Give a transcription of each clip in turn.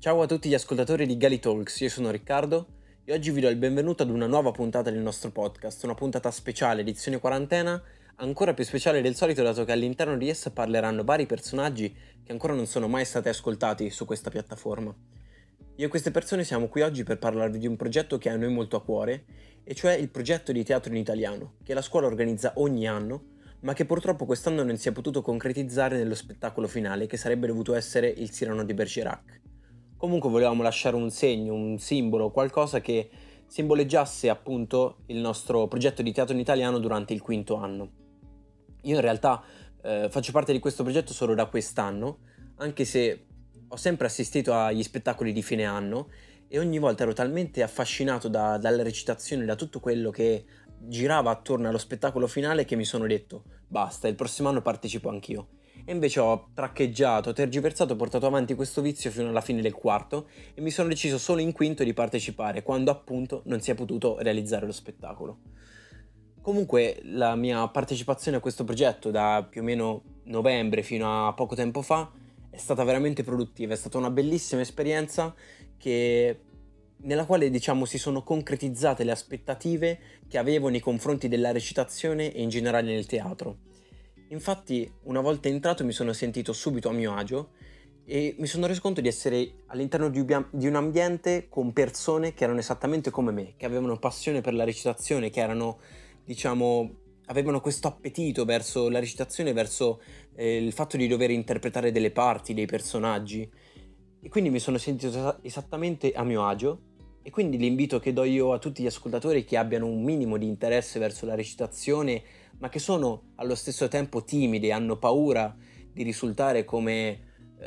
Ciao a tutti gli ascoltatori di Gali Talks, io sono Riccardo e oggi vi do il benvenuto ad una nuova puntata del nostro podcast, una puntata speciale, edizione quarantena, ancora più speciale del solito dato che all'interno di essa parleranno vari personaggi che ancora non sono mai stati ascoltati su questa piattaforma. Io e queste persone siamo qui oggi per parlarvi di un progetto che a noi molto a cuore, e cioè il progetto di teatro in italiano, che la scuola organizza ogni anno, ma che purtroppo quest'anno non si è potuto concretizzare nello spettacolo finale che sarebbe dovuto essere il Cyrano di Bergerac. Comunque volevamo lasciare un segno, un simbolo, qualcosa che simboleggiasse appunto il nostro progetto di teatro in italiano durante il quinto anno. Io in realtà faccio parte di questo progetto solo da quest'anno, anche se ho sempre assistito agli spettacoli di fine anno e ogni volta ero talmente affascinato dalla recitazione, da tutto quello che girava attorno allo spettacolo finale, che mi sono detto basta, il prossimo anno partecipo anch'io. E invece ho traccheggiato, tergiversato, portato avanti questo vizio fino alla fine del quarto e mi sono deciso solo in quinto di partecipare, quando appunto non si è potuto realizzare lo spettacolo. Comunque la mia partecipazione a questo progetto da più o meno novembre fino a poco tempo fa è stata veramente produttiva, è stata una bellissima esperienza nella quale si sono concretizzate le aspettative che avevo nei confronti della recitazione e in generale nel teatro. Infatti, una volta entrato mi sono sentito subito a mio agio e mi sono reso conto di essere all'interno di un ambiente con persone che erano esattamente come me, che avevano passione per la recitazione, che avevano questo appetito verso la recitazione, verso il fatto di dover interpretare delle parti, dei personaggi. E quindi mi sono sentito esattamente a mio agio. E quindi l'invito che do io a tutti gli ascoltatori che abbiano un minimo di interesse verso la recitazione, ma che sono allo stesso tempo timidi e hanno paura di risultare come,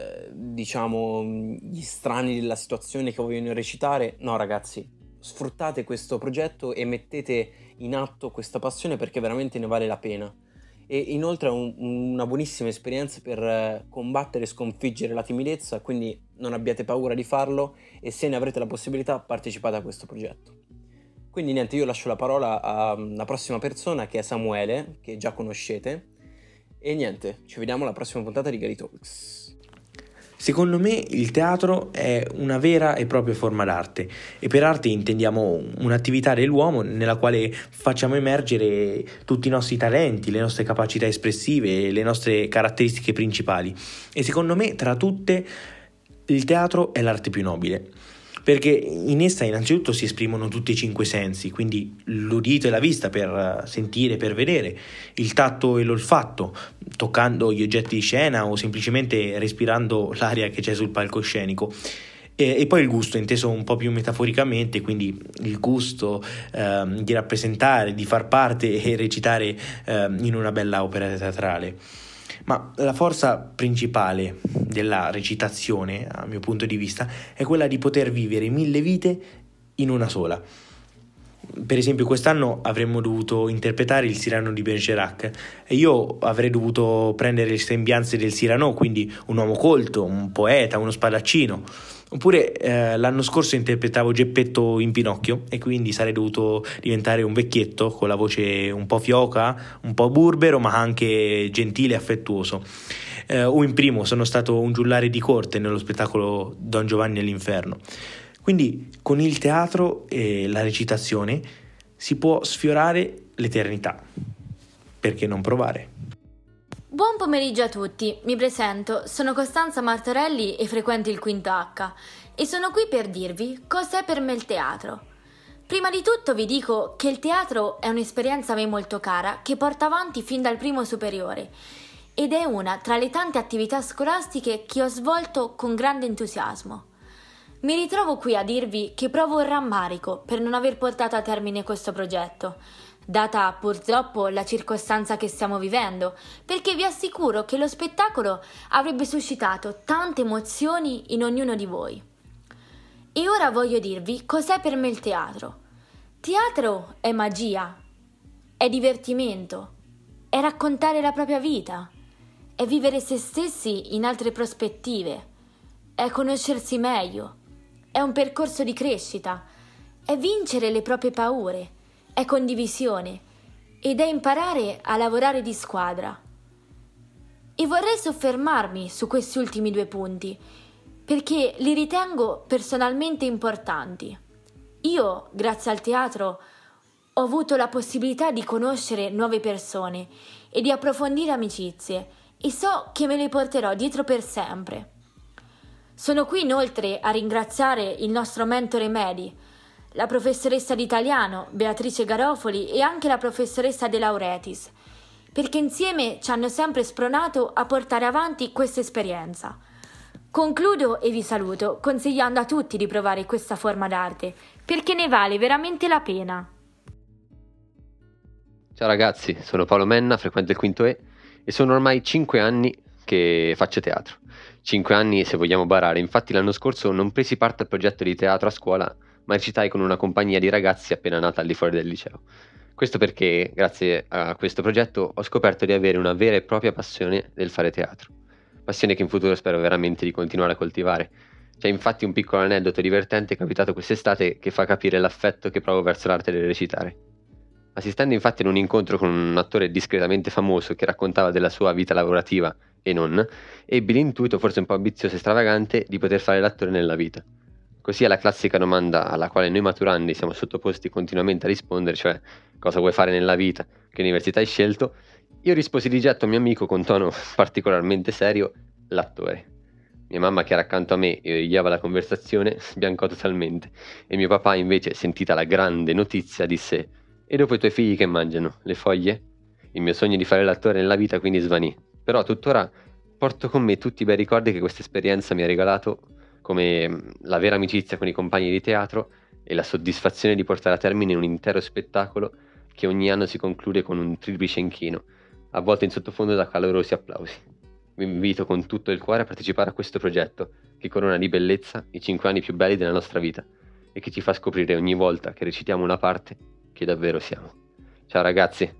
gli strani della situazione che vogliono recitare, no ragazzi, sfruttate questo progetto e mettete in atto questa passione, perché veramente ne vale la pena. E inoltre è una buonissima esperienza per combattere e sconfiggere la timidezza, quindi non abbiate paura di farlo e se ne avrete la possibilità partecipate a questo progetto. Quindi niente, io lascio la parola alla prossima persona, che è Samuele, che già conoscete, e niente, ci vediamo alla prossima puntata di Gali Talks. Secondo me il teatro è una vera e propria forma d'arte, e per arte intendiamo un'attività dell'uomo nella quale facciamo emergere tutti i nostri talenti, le nostre capacità espressive, le nostre caratteristiche principali. E secondo me tra tutte il teatro è l'arte più nobile, perché in essa innanzitutto si esprimono tutti i cinque sensi, quindi l'udito e la vista per sentire, per vedere, il tatto e l'olfatto, toccando gli oggetti di scena o semplicemente respirando l'aria che c'è sul palcoscenico. E poi il gusto, inteso un po' più metaforicamente, quindi il gusto di rappresentare, di far parte e recitare in una bella opera teatrale. Ma la forza principale della recitazione, a mio punto di vista, è quella di poter vivere 1000 vite in una sola. Per esempio quest'anno avremmo dovuto interpretare il Cyrano di Bergerac e io avrei dovuto prendere le sembianze del Cyrano, quindi un uomo colto, un poeta, uno spadaccino. Oppure l'anno scorso interpretavo Geppetto in Pinocchio e quindi sarei dovuto diventare un vecchietto con la voce un po' fioca, un po' burbero, ma anche gentile e affettuoso. O in Primo sono stato un giullare di corte nello spettacolo Don Giovanni all'Inferno. Quindi con il teatro e la recitazione si può sfiorare l'eternità. Perché non provare? Buon pomeriggio a tutti, mi presento, sono Costanza Martorelli e frequento il Quinto H e sono qui per dirvi cos'è per me il teatro. Prima di tutto vi dico che il teatro è un'esperienza a me molto cara che porto avanti fin dal primo superiore ed è una tra le tante attività scolastiche che ho svolto con grande entusiasmo. Mi ritrovo qui a dirvi che provo un rammarico per non aver portato a termine questo progetto, data purtroppo la circostanza che stiamo vivendo, perché vi assicuro che lo spettacolo avrebbe suscitato tante emozioni in ognuno di voi. E ora voglio dirvi cos'è per me il teatro. Teatro è magia, è divertimento, è raccontare la propria vita, è vivere se stessi in altre prospettive, è conoscersi meglio, è un percorso di crescita, è vincere le proprie paure, è condivisione ed è imparare a lavorare di squadra. E vorrei soffermarmi su questi ultimi due punti, perché li ritengo personalmente importanti. Io, grazie al teatro, ho avuto la possibilità di conoscere nuove persone e di approfondire amicizie e so che me le porterò dietro per sempre. Sono qui inoltre a ringraziare il nostro mentore Medi, la professoressa di italiano Beatrice Garofoli e anche la professoressa De Lauretiis, perché insieme ci hanno sempre spronato a portare avanti questa esperienza. Concludo e vi saluto consigliando a tutti di provare questa forma d'arte, perché ne vale veramente la pena. Ciao ragazzi, sono Paolo Menna, frequento il quinto E e sono ormai 5 anni che faccio teatro. 5 anni se vogliamo barare, infatti l'anno scorso non presi parte al progetto di teatro a scuola, ma recitai con una compagnia di ragazzi appena nata al di fuori del liceo. Questo perché, grazie a questo progetto, ho scoperto di avere una vera e propria passione del fare teatro. Passione che in futuro spero veramente di continuare a coltivare. C'è infatti un piccolo aneddoto divertente capitato quest'estate che fa capire l'affetto che provo verso l'arte del recitare. Assistendo infatti ad un incontro con un attore discretamente famoso che raccontava della sua vita lavorativa e non, ebbi l'intuito, forse un po' ambizioso e stravagante, di poter fare l'attore nella vita. Così alla classica domanda alla quale noi maturandi siamo sottoposti continuamente a rispondere, cioè cosa vuoi fare nella vita, che università hai scelto, io risposi di getto a mio amico con tono particolarmente serio, l'attore. Mia mamma, che era accanto a me e origliava la conversazione, sbiancò totalmente e mio papà invece, sentita la grande notizia, disse: e dopo i tuoi figli che mangiano? Le foglie? Il mio sogno di fare l'attore nella vita quindi svanì, però tuttora porto con me tutti i bei ricordi che questa esperienza mi ha regalato, come la vera amicizia con i compagni di teatro e la soddisfazione di portare a termine un intero spettacolo che ogni anno si conclude con un triplice inchino, avvolto in sottofondo da calorosi applausi. Vi invito con tutto il cuore a partecipare a questo progetto che corona di bellezza i 5 anni più belli della nostra vita e che ci fa scoprire ogni volta che recitiamo una parte che davvero siamo. Ciao ragazzi!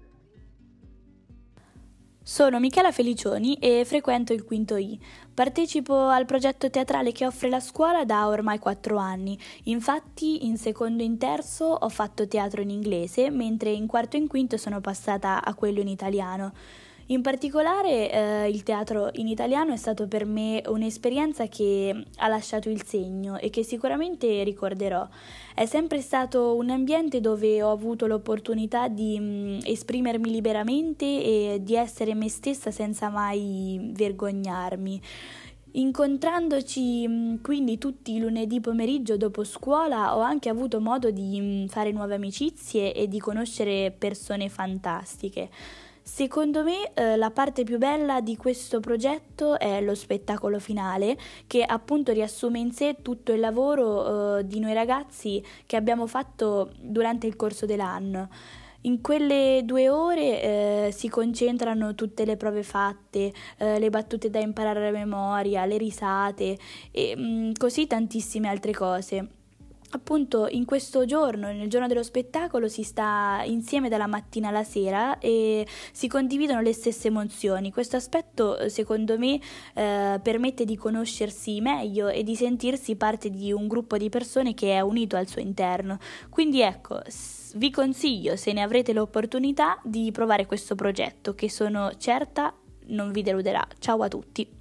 Sono Michela Felicioni e frequento il quinto I. Partecipo al progetto teatrale che offre la scuola da ormai 4 anni. Infatti in secondo e in terzo ho fatto teatro in inglese, mentre in quarto e in quinto sono passata a quello in italiano. In particolare il teatro in italiano è stato per me un'esperienza che ha lasciato il segno e che sicuramente ricorderò. È sempre stato un ambiente dove ho avuto l'opportunità di esprimermi liberamente e di essere me stessa senza mai vergognarmi. Incontrandoci quindi tutti i lunedì pomeriggio dopo scuola ho anche avuto modo di fare nuove amicizie e di conoscere persone fantastiche. Secondo me la parte più bella di questo progetto è lo spettacolo finale, che appunto riassume in sé tutto il lavoro di noi ragazzi che abbiamo fatto durante il corso dell'anno. In quelle 2 ore si concentrano tutte le prove fatte, le battute da imparare a memoria, le risate e così tantissime altre cose. Appunto in questo giorno, nel giorno dello spettacolo, si sta insieme dalla mattina alla sera e si condividono le stesse emozioni. Questo aspetto secondo me permette di conoscersi meglio e di sentirsi parte di un gruppo di persone che è unito al suo interno. Quindi ecco, vi consiglio, se ne avrete l'opportunità, di provare questo progetto che sono certa non vi deluderà. Ciao a tutti!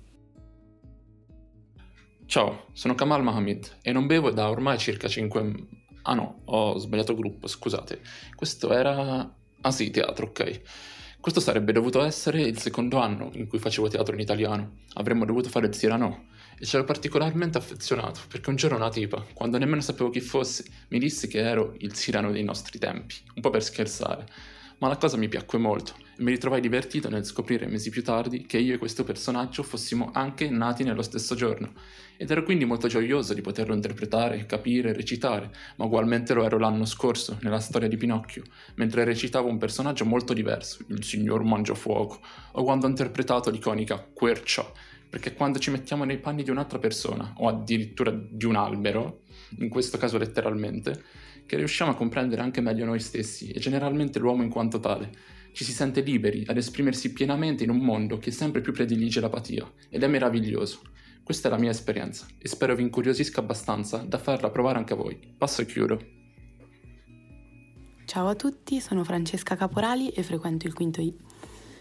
Ciao, sono Kamal Mohammed e non bevo da ormai circa 5... Ah no, ho sbagliato gruppo, scusate. Questo era... Ah sì, teatro, ok. Questo sarebbe dovuto essere il secondo anno in cui facevo teatro in italiano. Avremmo dovuto fare il Cyrano e c'ero particolarmente affezionato perché un giorno una tipa, quando nemmeno sapevo chi fosse, mi disse che ero il Cyrano dei nostri tempi, un po' per scherzare. Ma la cosa mi piacque molto e mi ritrovai divertito nel scoprire mesi più tardi che io e questo personaggio fossimo anche nati nello stesso giorno ed ero quindi molto gioioso di poterlo interpretare, capire, recitare, ma ugualmente lo ero l'anno scorso nella storia di Pinocchio, mentre recitavo un personaggio molto diverso, il signor Mangiafuoco, o quando ho interpretato l'iconica Quercia, perché quando ci mettiamo nei panni di un'altra persona, o addirittura di un albero, in questo caso letteralmente, che riusciamo a comprendere anche meglio noi stessi e generalmente l'uomo in quanto tale. Ci si sente liberi ad esprimersi pienamente in un mondo che sempre più predilige l'apatia ed è meraviglioso. Questa è la mia esperienza e spero vi incuriosisca abbastanza da farla provare anche a voi. Passo e chiudo. Ciao a tutti, sono Francesca Caporali e frequento il quinto I.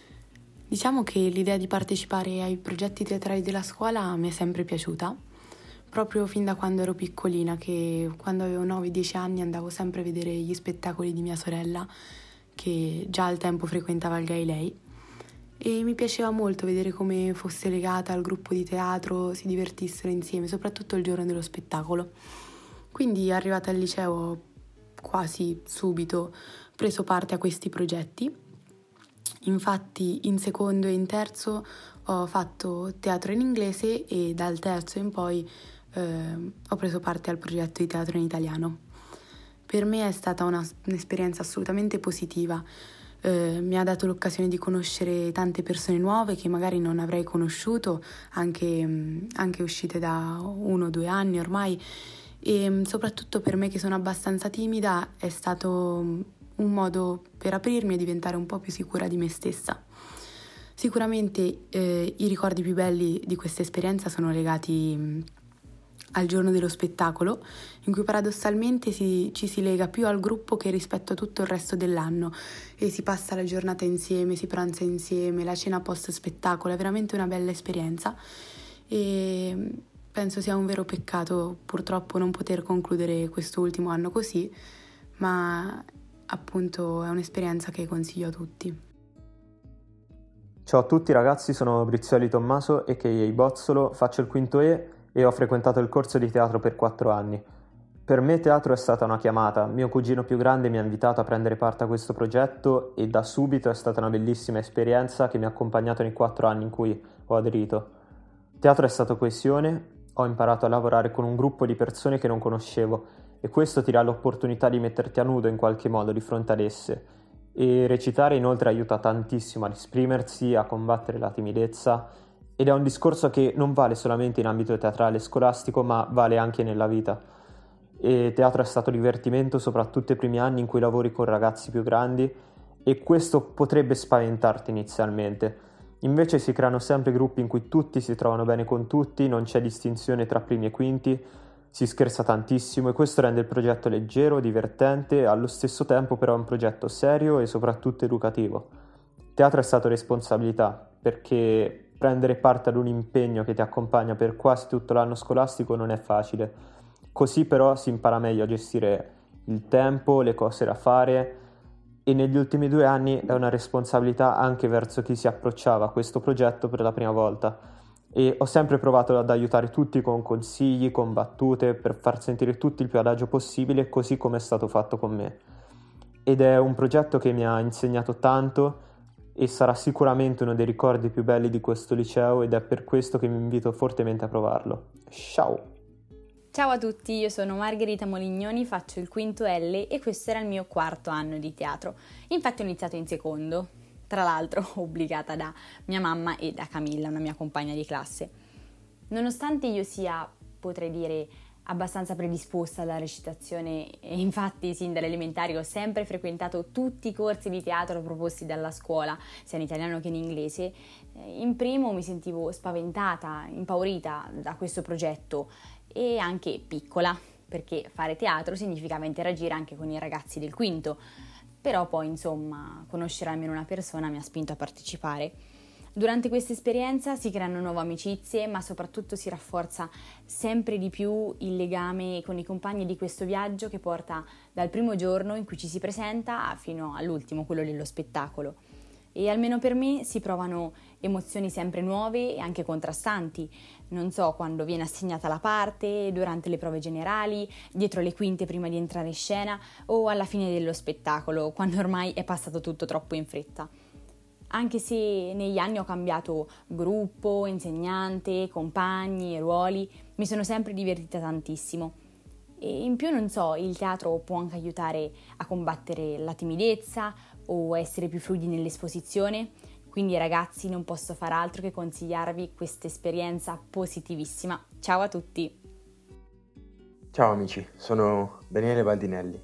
Diciamo che l'idea di partecipare ai progetti teatrali della scuola mi è sempre piaciuta, proprio fin da quando ero piccolina, che quando avevo 9-10 anni andavo sempre a vedere gli spettacoli di mia sorella, che già al tempo frequentava il Galilei, e mi piaceva molto vedere come fosse legata al gruppo di teatro, si divertissero insieme, soprattutto il giorno dello spettacolo. Quindi arrivata al liceo ho quasi subito preso parte a questi progetti. Infatti in secondo e in terzo ho fatto teatro in inglese e dal terzo in poi ho preso parte al progetto di teatro in italiano. Per me è stata un'esperienza assolutamente positiva. Mi ha dato l'occasione di conoscere tante persone nuove che magari non avrei conosciuto, anche uscite da 1 o 2 anni ormai, e soprattutto per me che sono abbastanza timida è stato un modo per aprirmi e diventare un po' più sicura di me stessa. Sicuramente i ricordi più belli di questa esperienza sono legati al giorno dello spettacolo, in cui paradossalmente ci si lega più al gruppo che rispetto a tutto il resto dell'anno, e si passa la giornata insieme, si pranza insieme, la cena post spettacolo, è veramente una bella esperienza, e penso sia un vero peccato purtroppo non poter concludere questo ultimo anno così, ma appunto è un'esperienza che consiglio a tutti. Ciao a tutti ragazzi, sono Brizioli Tommaso a.k.a. Bozzolo, faccio il quinto e ho frequentato il corso di teatro per 4 anni. Per me teatro è stata una chiamata, mio cugino più grande mi ha invitato a prendere parte a questo progetto e da subito è stata una bellissima esperienza che mi ha accompagnato nei 4 anni in cui ho aderito. Teatro è stato coesione, ho imparato a lavorare con un gruppo di persone che non conoscevo e questo ti dà l'opportunità di metterti a nudo in qualche modo di fronte ad esse. E recitare inoltre aiuta tantissimo ad esprimersi, a combattere la timidezza, ed è un discorso che non vale solamente in ambito teatrale e scolastico, ma vale anche nella vita. E teatro è stato divertimento soprattutto i primi anni in cui lavori con ragazzi più grandi, e questo potrebbe spaventarti inizialmente. Invece si creano sempre gruppi in cui tutti si trovano bene con tutti, non c'è distinzione tra primi e quinti, si scherza tantissimo e questo rende il progetto leggero, divertente, allo stesso tempo però è un progetto serio e soprattutto educativo. Teatro è stato responsabilità, perché prendere parte ad un impegno che ti accompagna per quasi tutto l'anno scolastico non è facile. Così però si impara meglio a gestire il tempo, le cose da fare, e negli ultimi 2 anni è una responsabilità anche verso chi si approcciava a questo progetto per la prima volta. E ho sempre provato ad aiutare tutti con consigli, con battute, per far sentire tutti il più adagio possibile, così come è stato fatto con me. Ed è un progetto che mi ha insegnato tanto e sarà sicuramente uno dei ricordi più belli di questo liceo, ed è per questo che vi invito fortemente a provarlo. Ciao! Ciao a tutti, io sono Margherita Molignoni, faccio il quinto L e questo era il mio 4º anno di teatro. Infatti ho iniziato in secondo. Tra l'altro obbligata da mia mamma e da Camilla, una mia compagna di classe. Nonostante io sia, potrei dire, abbastanza predisposta alla recitazione, e infatti sin dalle elementari ho sempre frequentato tutti i corsi di teatro proposti dalla scuola, sia in italiano che in inglese, in primo mi sentivo spaventata, impaurita da questo progetto e anche piccola, perché fare teatro significava interagire anche con i ragazzi del quinto. Però poi, insomma, conoscere almeno una persona mi ha spinto a partecipare. Durante questa esperienza si creano nuove amicizie, ma soprattutto si rafforza sempre di più il legame con i compagni di questo viaggio che porta dal primo giorno in cui ci si presenta fino all'ultimo, quello dello spettacolo. E almeno per me si provano emozioni sempre nuove e anche contrastanti. Non so, quando viene assegnata la parte, durante le prove generali, dietro le quinte prima di entrare in scena o alla fine dello spettacolo, quando ormai è passato tutto troppo in fretta. Anche se negli anni ho cambiato gruppo, insegnante, compagni, ruoli, mi sono sempre divertita tantissimo. E in più, non so, il teatro può anche aiutare a combattere la timidezza o essere più fluidi nell'esposizione. Quindi ragazzi, non posso far altro che consigliarvi questa esperienza positivissima. Ciao a tutti! Ciao amici, sono Daniele Baldinelli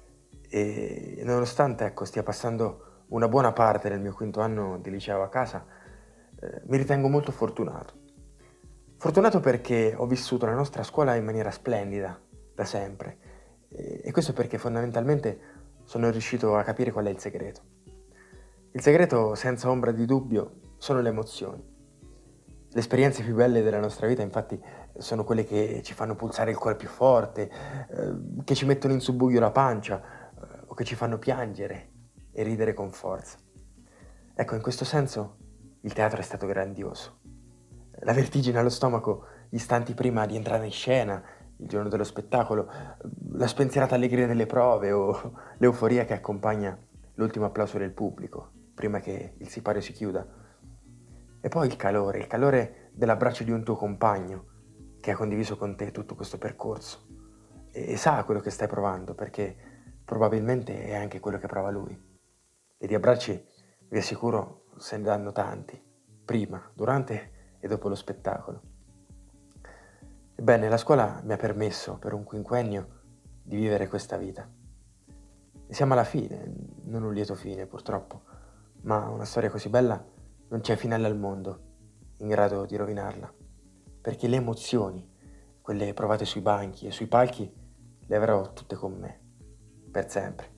e nonostante stia passando una buona parte del mio 5º anno di liceo a casa, mi ritengo molto fortunato. Fortunato perché ho vissuto la nostra scuola in maniera splendida, da sempre, e questo perché fondamentalmente sono riuscito a capire qual è il segreto. Il segreto, senza ombra di dubbio, sono le emozioni. Le esperienze più belle della nostra vita, infatti, sono quelle che ci fanno pulsare il cuore più forte, che ci mettono in subbuglio la pancia, o che ci fanno piangere e ridere con forza. Ecco, in questo senso il teatro è stato grandioso. La vertigine allo stomaco gli istanti prima di entrare in scena, il giorno dello spettacolo, la spensierata allegria delle prove o l'euforia che accompagna l'ultimo applauso del pubblico, prima che il sipario si chiuda. E poi il calore dell'abbraccio di un tuo compagno che ha condiviso con te tutto questo percorso e sa quello che stai provando, perché probabilmente è anche quello che prova lui. E di abbracci vi assicuro se ne danno tanti, prima, durante e dopo lo spettacolo. Ebbene, la scuola mi ha permesso per un quinquennio di vivere questa vita. E siamo alla fine, non un lieto fine purtroppo, ma una storia così bella non c'è finale al mondo in grado di rovinarla, perché le emozioni, quelle provate sui banchi e sui palchi, le avrò tutte con me, per sempre.